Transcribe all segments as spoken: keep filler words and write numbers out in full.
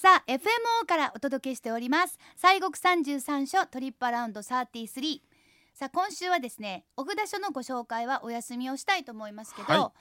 さあ エフエムオー からお届けしております西国三十三所トリップアラウンドさんじゅうさん。さあ今週はですね、お札所のご紹介はお休みをしたいと思いますけど、はい、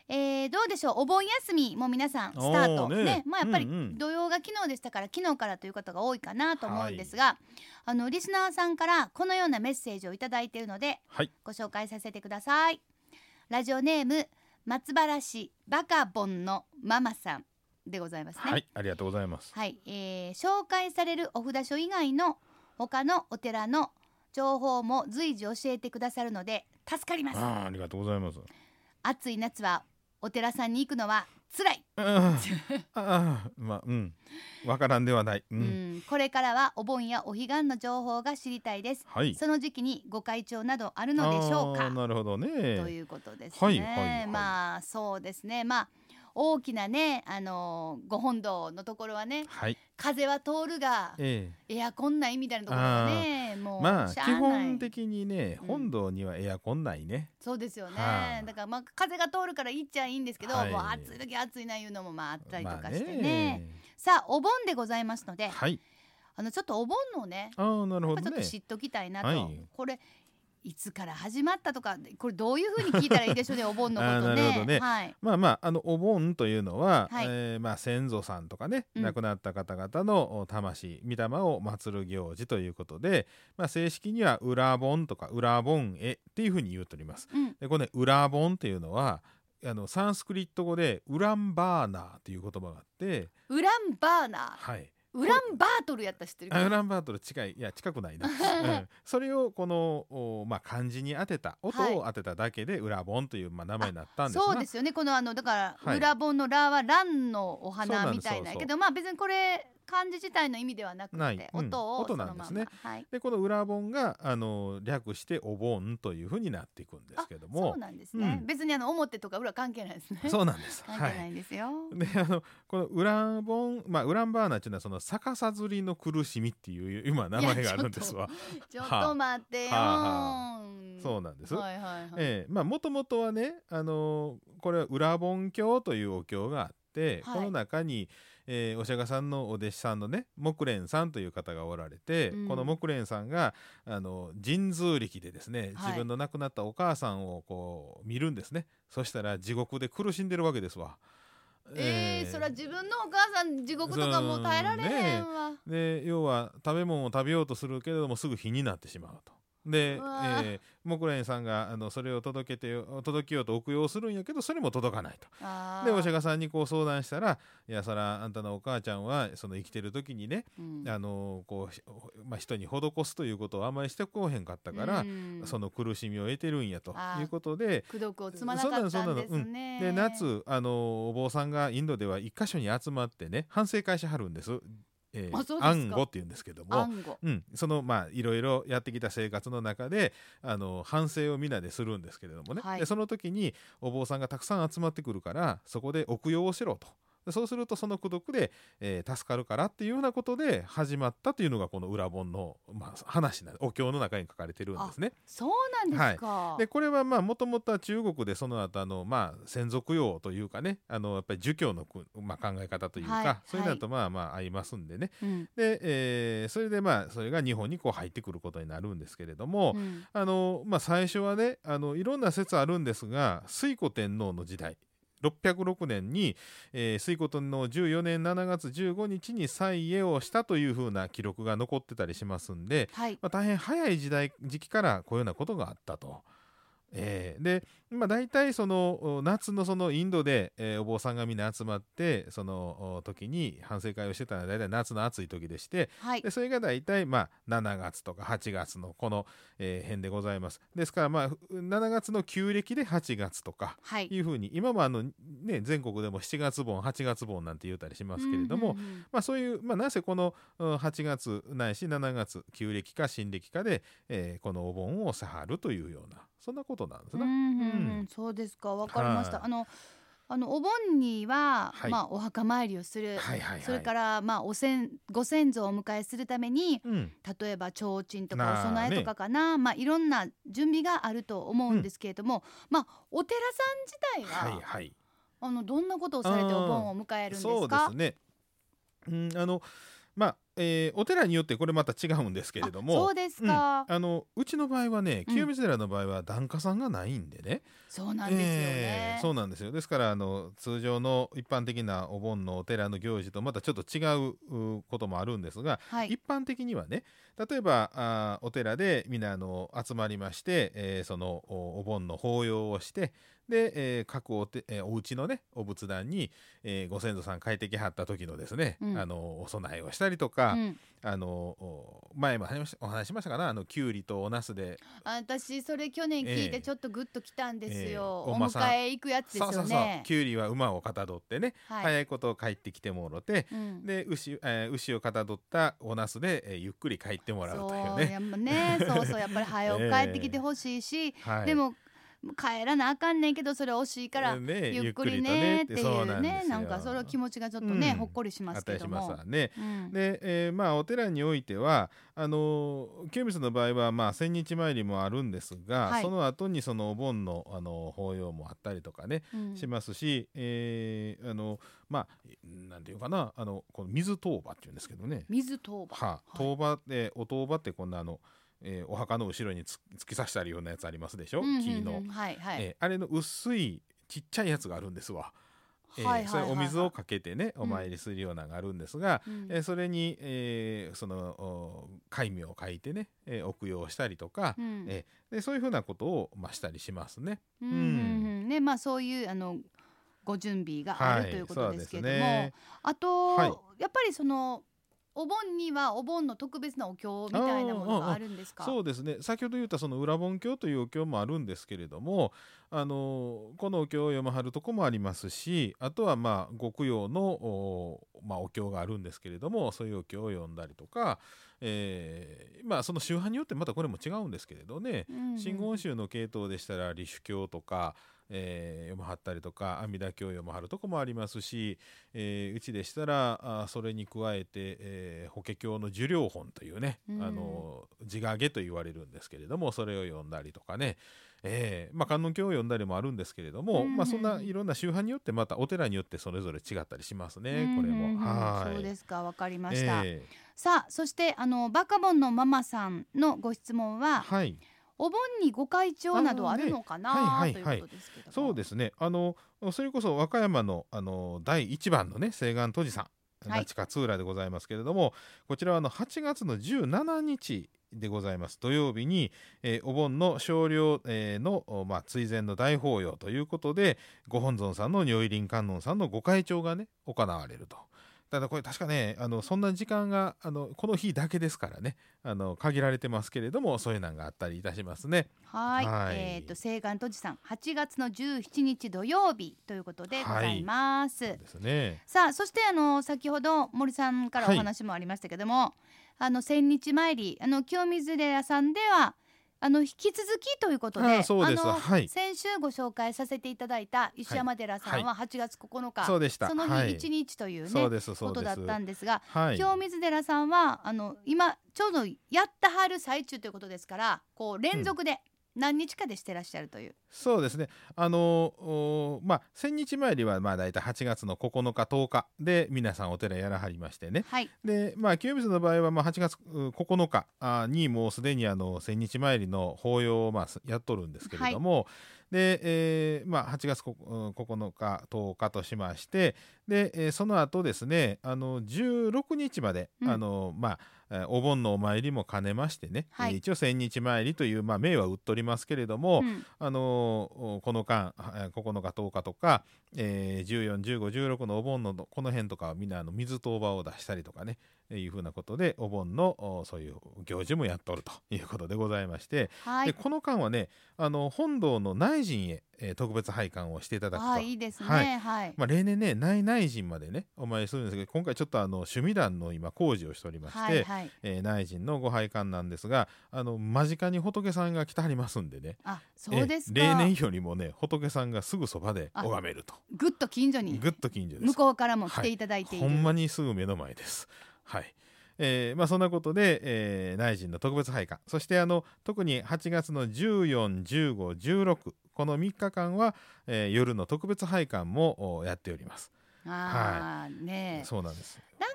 えー、どうでしょう、お盆休みも皆さんスタート ね, ねまあやっぱり土曜が昨日でしたから、昨日からという方が多いかなと思うんですが、はい、あのリスナーさんからこのようなメッセージをいただいているので、はい、ご紹介させてください。ラジオネーム松原市バカボンのママさんでございますね。 はい、ありがとうございます。 はい、えー、紹介されるお札所以外の他のお寺の情報も随時教えてくださるので助かります。 あ, ありがとうございます。 暑い夏はお寺さんに行くのは辛い。 ああまあうんわからんではない、うんうん、 これからはお盆やお彼岸の情報が知りたいです、はい、その時期にご開帳などあるのでしょうか。 なるほどね、 ということですね、はいはいはい、まあそうですね、まあ大きなね、あのー、ご本堂のところはね、はい、風は通るが、ええ、エアコンないみたいなところはね、もうまあ基本的にね、うん、本堂にはエアコンないね。 そうですよね、はあ、だからまあ風が通るからいっちゃいいんですけど、はい、もう暑い時暑いないうのもまああったりとかしてね、まあ、ねさあお盆でございますので、はい、あのちょっとお盆のね、 あ、なるほどね、 ちょっと知っときたいなと、はい、これいつから始まったとか、これどういう風に聞いたらいいでしょうねお盆のことね。 なるほどね、はい、まあまああのお盆というのは、はい、えー、まあ先祖さんとかね、うん、亡くなった方々の魂御霊を祀る行事ということで、まあ、正式には裏盆とか裏盆絵っていう風に言うとります、うん、でこの、ね、裏盆っていうのはあのサンスクリット語でウランバーナーという言葉があって、 ウランバーナー、はい、ウランバートルやったら知ってるかな。 ウランバートル近い、いや近くないな、うん、それをこの、まあ、漢字に当てた音を当てただけで、はい、裏盆という、まあ、名前になったんですが、 そうですよね、このあのだから、はい、裏盆のラは蘭のお花みたいなけど、まあ別にこれ漢字自体の意味ではなくて、ない、うん、音をそのまま、音なんですね、はい、 でこの裏盆があの略してお盆というふうになっていくんですけども、 そうなんですね、うん、別にあの表とか裏関係ないですね。 そうなんです、 関係ないんですよ、 はい、であのこの裏盆、まあ、ウランバーナーっていうのはその逆さずりの苦しみっていう今名前があるんですわ。 ちょっと待ってよ、はあはあ、 そうなんです、 はいはいはい、 えー、まあもともとはね、あのー、これは裏盆経というお経があって、はい、この中に、えー、お釈迦さんのお弟子さんのね木蓮さんという方がおられて、うん、この木蓮さんがあの神通力でですね、自分の亡くなったお母さんをこう見るんですね。そしたら地獄で苦しんでるわけですわ。 えー、えー、そりゃ自分のお母さん地獄とかも耐えられへんわ、 ね、で要は食べ物を食べようとするけれどもすぐ火になってしまうと。で、えー、木蓮さんがあのそれを届けて届けようとお供養するんやけど、それも届かないと。でお釈迦さんにこう相談したら、いやそらあんたのお母ちゃんはその生きてる時にね、うん、あのこう、まあ、人に施すということをあんまりしてこうへんかったから、うん、その苦しみを得てるんやということで、 功徳を積まなかったんですね、 うん、で夏あのお坊さんがインドでは一箇所に集まってね反省会しはるんです。えー、暗号っていうんですけども、うん、そのまあいろいろやってきた生活の中であの反省をみんなでするんですけれどもね、はい、でその時にお坊さんがたくさん集まってくるからそこでお供養をしろと。そうするとその功徳で、えー、助かるからっていうようなことで始まったというのがこの裏本の、まあ、話なお経の中に書かれてるんですね。 そうなんですか、 はい、でこれはまあもともとは中国でその後あの、まあ、先祖供養というかね、あのやっぱり儒教の、まあ、考え方というか、はい、そういうのとまあまあ合いますんでね、うん、で、えー、それでまあそれが日本にこう入ってくることになるんですけれども、うん、あのまあ、最初はねあのいろんな説あるんですが、推古天皇の時代ろっぴゃくろくねんに、えー、推古天皇じゅうよねんしちがつじゅうごにちに祭会をしたというふうな記録が残ってたりしますんで、はい、まあ、大変早い時代時期からこういうようなことがあったと。えー、で、まあ、大体その夏のそのインドで、えー、お坊さんがみんな集まってその時に反省会をしてたのは大体夏の暑い時でして、はい、でそれが大体まあしちがつとかはちがつのこの、えー、辺でございます。ですからまあしちがつの旧暦ではちがつとかいうふうに、はい、今もあの、ね、全国でもしちがつ盆はちがつ盆なんて言ったりしますけれども、うんうんうん、まあ、そういう、まあ、なぜこのはちがつないししちがつ旧暦か新暦かで、えー、このお盆をさはるというようなそんなことなんですね。うんうんうん、そうですか、わかりました。あのあのお盆には、はい、まあ、お墓参りをする、はいはいはい、それから、まあ、お先ご先祖をお迎えするために、うん、例えば提灯とかお供えとかかな、まあ、いろんな準備があると思うんですけれども、うん、まあ、お寺さん自体は、はいはい、あのどんなことをされてお盆を迎えるんですか？ そうですね、 うん、あのまあえーお寺によってこれまた違うんですけれども、 そうですか、 うん、あのうちの場合はね、 うん清水寺の場合は檀家さんがないんでね、 そうなんですよね、 えーそうなんですよ。ですからあの通常の一般的なお盆のお寺の行事とまたちょっと違ううこともあるんですが、 はい一般的にはね、例えばあーお寺でみんなあの集まりまして、えーそのおお盆の法要をして、で、えー各おて、えーお家のねお仏壇に、えーご先祖さん帰ってきはった時のですね、 うんあのお供えをしたりとか、 うんあのお前も話しお話ししましたかな、あのきゅうりとお茄子で、 私それ去年聞いてちょっとグッときたんですよ、 ええおお馬さん迎え行くやつですよね。 そうそうそう、きゅうりは馬をかたどってね、 はい早いこと帰ってきてもろて、 うんで 牛,、えー牛をかたどったお茄子で、えーゆっくり帰ってもらうというね。 そうやっぱねそうそうやっぱり早く帰ってきてほしいし、 はい、 でも帰らなあかんねんけどそれ惜しいからねゆっくりゆっくりとねっていねそううなんですよねなんかそれは気持ちがちょっとね、 うんほっこりしますけどあったりしますもわね。 うんで、えーまあお寺においてはあのー清水の場合はまあ千日参りもあるんですが、 はいその後にそのお盆の、あの法要もあったりとかね、 うんしますし、えーあのまあなんていうかな、あのこの水当場っていうんですけどね、 水当場、 はあ、 はい当場でお当場ってこんなあの、えーお墓の後ろにつ突き刺してあるようなやつありますでしょ、 うんうんうん木の、 はいはい、 えーあれの薄いちっちゃいやつがあるんですわ。えーはいはいはいはいそれお水をかけてねお参りするようなのがあるんですが、 うんえーそれに、えーそのお戒名を書いてね、えー、お供養したりとか、 うんえーでそういうふうなことを、まあ、したりしますね。 うんうんうんねまあそういうあのご準備がある、 はいということですけれども、 そうですねあと、 はいやっぱりそのお盆にはお盆の特別なお経みたいなものがあるんですか？ そうですね、先ほど言ったその裏盆経というお経もあるんですけれども、あのこのお経を読まはるとこもありますし、あとはまあご供養の お,、まあ、お経があるんですけれども、そういうお経を読んだりとか、えーまあその宗派によってまたこれも違うんですけれどね、 うんうん真言宗の系統でしたら離主経とか、えー読まはったりとか阿弥陀経を読まはるとこもありますし、えーうちでしたらあそれに加えて、えー法華経の受領本というね、 うんあの自我下と言われるんですけれども、それを読んだりとかね、えーまあ、観音経を読んだりもあるんですけれども、 うんうんうんまあ、そんないろんな宗派によってまたお寺によってそれぞれ違ったりしますね、 うんうんうんこれも。はいそうですか、わかりました、 えさあそしてあのバカボンのママさんのご質問ーは、 はいお盆にご開帳などあるのかな、 あのねはいはいはいということですけども。 そうですね、あのそれこそ和歌山のあのだいいちばんのね清願都寺さん、 はい那智勝浦でございますけれども、こちらはあのはちがつのじゅうしちにちでございます土曜日に、えーお盆の少量、えーの、おまあ、追善の大法要ということで、ご本尊さんの如意輪観音さんのご開帳がね行われると。ただこれ確かね、あのそんな時間があのこの日だけですからね、あの限られてますけれども、そういうのがあったりいたしますね。 はい、 はいえっ、と清願とじさんはちがつのじゅうしちにち土曜日ということでございます。 ですね。 さあそしてあの先ほど森さんからお話もありましたけども、あの千日参りあの清水寺さんではあの引き続きということで、 あそうですの、 はい先週ご紹介させていただいた石山寺さんははちがつここのか、 そうでした。 そのはい日いちにちというね、 そうですそうですことだったんですが、 はい、 清水寺さんはあの今ちょうどやったはる最中ということですから、こう連続で何日かでしてらっしゃるという、 そうですね、あのおまあ千日参りはまあだいたいはちがつのここのかとおかで皆さんお寺やらはりましてね、 はい、 でまあ清水の場合はまあはちがつここのかあにもうすでにあの千日参りの法要をまあやっとるんですけれども、で、えーまあ、はちがつここのかとおかとしまして、で、えーその後ですね、あのじゅうろくにちまで、 うんあのまあえーお盆のお参りも兼ねましてね、 はいえー一応千日参りという、まあ、銘は打っとりますけれども、 うんあのーこの間えーここのかとおかとか、えーじゅうよん、じゅうご、じゅうろくのお盆のこの辺とかはみんなあの水当場を出したりとかね、えーいうふうなことでお盆のおそういう行事もやっとるということでございまして、 はい、 でこの間はね、あの本堂の内陣へ、えー特別拝観をしていただくと。 あいいですね、 ははいい、 まあ、例年ね内内陣までねお参りするんですけど、今回ちょっとあの趣味団の今工事をしておりまして、 はいはい、 えー内陣のご拝観なんですが、あの間近に仏さんが来てはりますんでね、 あそうですか、 えー例年よりもね仏さんがすぐそばで拝めると、 ぐっと近所にぐっと近所です。 向こうからも来ていただいている、 ほんまにすぐ目の前です。はい。えーまあ、そんなことで、えー内陣の特別拝観、そしてあの特にはちがつのじゅうよん、じゅうご、じゅうろくこのみっかかんは、えー夜の特別拝観もおやっております。 あーねえそうなんです。 なん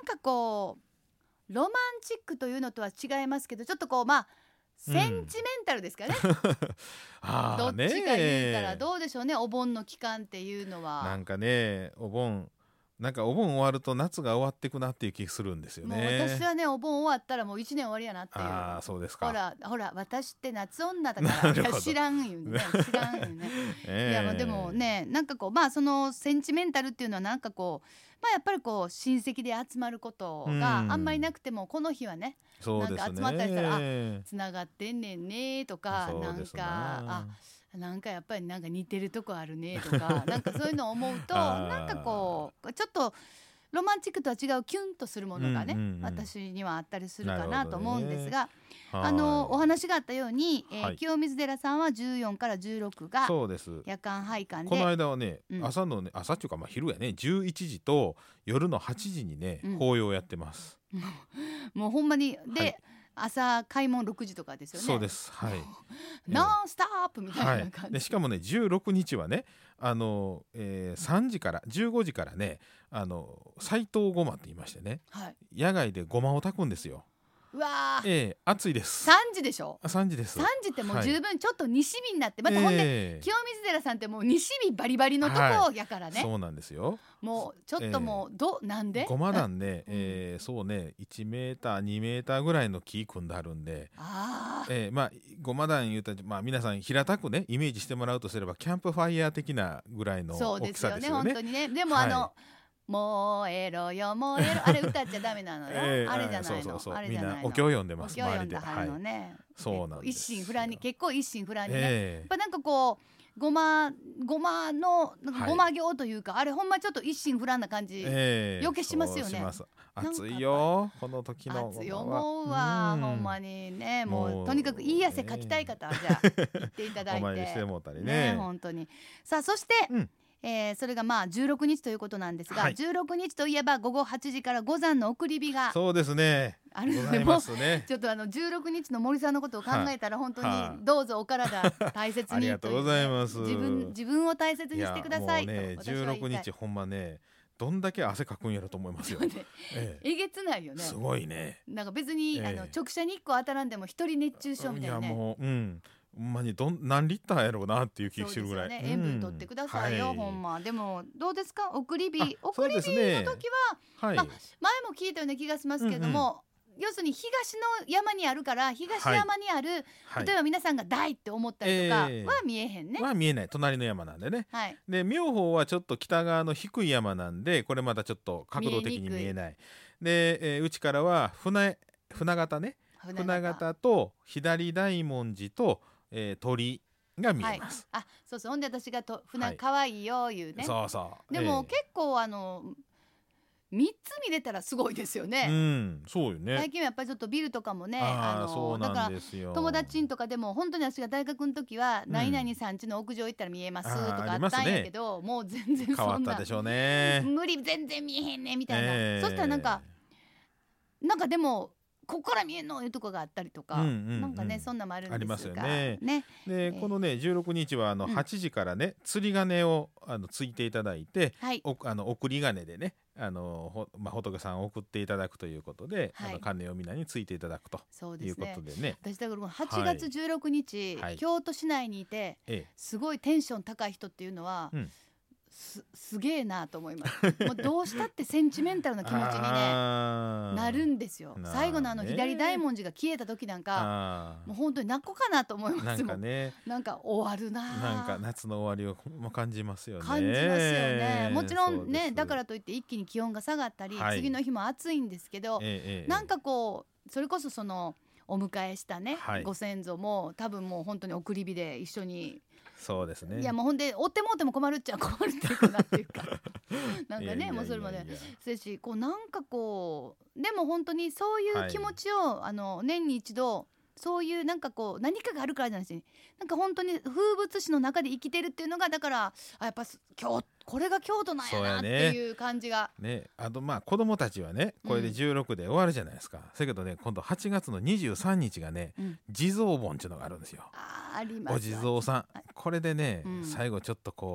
かこうロマンチックというのとは違いますけど、ちょっとこうまあセンチメンタルですかね、うん、 あどっちか言うたらどうでしょうね、お盆の期間っていうのは。 なんかね、お盆なんかお盆終わると夏が終わっていくなっていう気するんですよね。 もう私はね、お盆終わったらもう一年終わりやなっていう。 ああ、そうですか。 ほらほら私って夏女だからいや知らんよね知らんよね、えー、いやまあでもね、なんかこうまあそのセンチメンタルっていうのはなんかこうまあやっぱりこう親戚で集まることがあんまりなくても、この日はね、 そうですね、 なんか集まったりしたら、あつながってんねんねとか、なんかあなんかやっぱりなんか似てるとこあるねとかなんかそういうのを思うとなんかこうちょっとロマンチックとは違うキュンとするものがね、うんうんうん、私にはあったりするかなと思うんですが、あのお話があったように、えーはい、清水寺さんはじゅうよんからじゅうろくが夜間拝観で、 この間はね、うん、朝のね朝っていうかまあ昼やねじゅういちじと夜のはちじにね、うん、法要やってます。 もうほんまにで、はい、朝開門ろくじとかですよね。 そうです、はい、 ノンストップみたいな感じ、 はい、でしかもねじゅうろくにちはねあの、えー、さんじからじゅうごじからねあの斎藤ごまって言いましてね、はい、野外でごまを炊くんですよ。 うわー、 ええ、暑いです。 さんじでしょ。 さんじです。 さんじってもう十分ちょっと西日になって、はい、またほんで、えー、清水寺さんってもう西日バリバリのとこやからね、 はい、そうなんですよ。 もうちょっともう、えー、どなんでごま団ね、えー、そうねいちメーターにメーターぐらいの木組んであるんで、あ、えー、まあごま団言うたら、まあ、皆さん平たくねイメージしてもらうとすればキャンプファイヤー的なぐらいの大きさですよね。そうですよね、本当にね。でもあの、はい、燃えろよ燃えろあれ歌っちゃダメなのよ、えー、あれじゃないの、 そうそうそう、 あれじゃないの、 みんなお経を読んでます、 お経を読んだはるのね、 はい、そうなんです一心不乱に結構一心不乱にね、 えー、 やっぱなんかこうごまごまのなんかごま行というか、はい、あれほんまちょっと一心不乱な感じ、えー、余計しますよね。 暑いよこの時のごまは。 暑い思うわ、ほんまにね、もうとにかくいい汗かきたい方はじゃあ行っていただいてお参りしてもうたりね、 ね本当に。さあそして、うん、えー、それがまあじゅうろくにちということなんですが、はい、じゅうろくにちといえば午後はちじから五山の送り火がそうですねあるので、もちょっとあのじゅうろくにちの森さんのことを考えたら本当にどうぞお体大切にありがとうございます。 自分自分を大切にしてください。 いやもうねじゅうろくにちほんまねどんだけ汗かくんやろと思いますよ。ね、 ええげつないよね。 すごいね。 なんか別に、ええ、あの直射日光当たらんでも一人熱中症みたいなね。 いやもううんほんまにどん何リッターやろうなっていう気がするぐらい、 ね、塩分取ってくださいよ、うん、ほんま。でもどうですか送り火送り火の時は、はい、まあ、前も聞いたような気がしますけれども、うんうん、要するに東の山にあるから東山にある、はい、例えば皆さんが大って思ったりとかは見えへんね、 は見えない、隣の山なんでね、はい、で妙法はちょっと北側の低い山なんでこれまたちょっと角度的に見えないで、えー、うちからは船船形ね船形と左大文字とえー、鳥が見えます、 はい、あそうそうほんで私がと船かわいいよ言うね、 そうそうでも、えー、結構あのみっつ見れたらすごいですよね、 うん、そうよね。 最近はやっぱりちょっとビルとかもねあのだから友達んとかでも本当に私が大学の時は、うん、何々さん家の屋上行ったら見えますとかあったんやけど、ね、もう全然そんな変わったでしょうね無理全然見えへんねみたいな、えー、そしたらなんかなんかでもここから見えんのいうとこがあったりとか、うんうんうん、なんかねそんなもあるんですが、ありますよね。 ねで、えー、このねじゅうろくにちはあのはちじからね、うん、釣り鐘をあのついていただいて、はい、おあの送り鐘でねあのほ、まあ、仏さんを送っていただくということで、はい、あの鐘を皆についていただくということでね。 私だからはちがつじゅうろくにち、はい、京都市内にいて、はい、すごいテンション高い人っていうのは、うんす, すげえなと思いますもうどうしたってセンチメンタルな気持ちに、ね、なるんですよ。最後のあの左大文字が消えた時なんかもう本当に泣こうかなと思います。 なんかねなんか終わるな、 なんか夏の終わりを感じますよね。 感じますよね。もちろんねだからといって一気に気温が下がったり、はい、次の日も暑いんですけど、ええ、なんかこうそれこそそのお迎えしたね、はい、ご先祖も多分もう本当に送り火で一緒にそうですね。 いやもうほんで追ってもうても困るっちゃ困るっていうかなっていうかなんかねもうそれまでそうしこうなんかこうでも本当にそういう気持ちを、はい、あの年に一度そういうなんかこう何かがあるからじゃないし、なんか本当に風物詩の中で生きてるっていうのがだからあやっぱ京これが京都なんやなっていう感じがね, ねあとまあ子供たちはねこれでじゅうろくで終わるじゃないですか、うん、だけどね今度はちがつのにじゅうさんにちがね、うん、地蔵盆っていうのがあるんですよ。 あありますお地蔵さん、はい、これでね、うん、最後ちょっとこう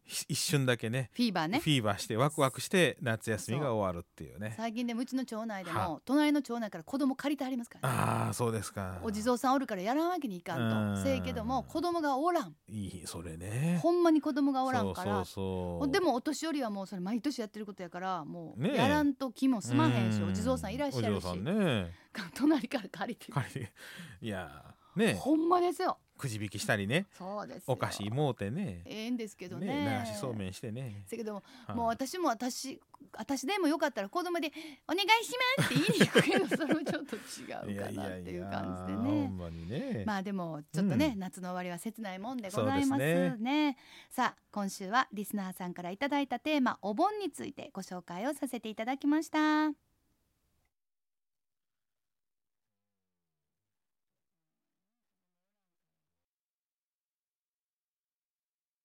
一瞬だけねフィーバーねフィーバーしてワクワクして夏休みが終わるっていうね。 最近でもうちの町内でもは隣の町内から子供借りてはりますから、ね、 ああそうですか。 お地蔵さんおるからやらんわけにいかんとせやけども子供がおらん。 いいそれね。 ほんまに子供がおらんからそうそうそう。 でもお年寄りはもうそれ毎年やってることやからもうねえやらんと気も済まへんし、 うんお地蔵さんいらっしゃるし、 お地蔵さんね隣から借りて借りいやねほんまですよ。 くじ引きしたりねそうですよ。 お菓子もうてねええんですけどねね流しそうめんしてね。 だけど、 はいもう私も私私でもよかったら子供でお願いしますって言いに行くけどそれもちょっと違うかなっていう感じでね。 ほんまにね。 まあでもちょっとね、 うん夏の終わりは切ないもんでございますそうですね。さあ今週はリスナーさんからいただいたテーマお盆についてご紹介をさせていただきました。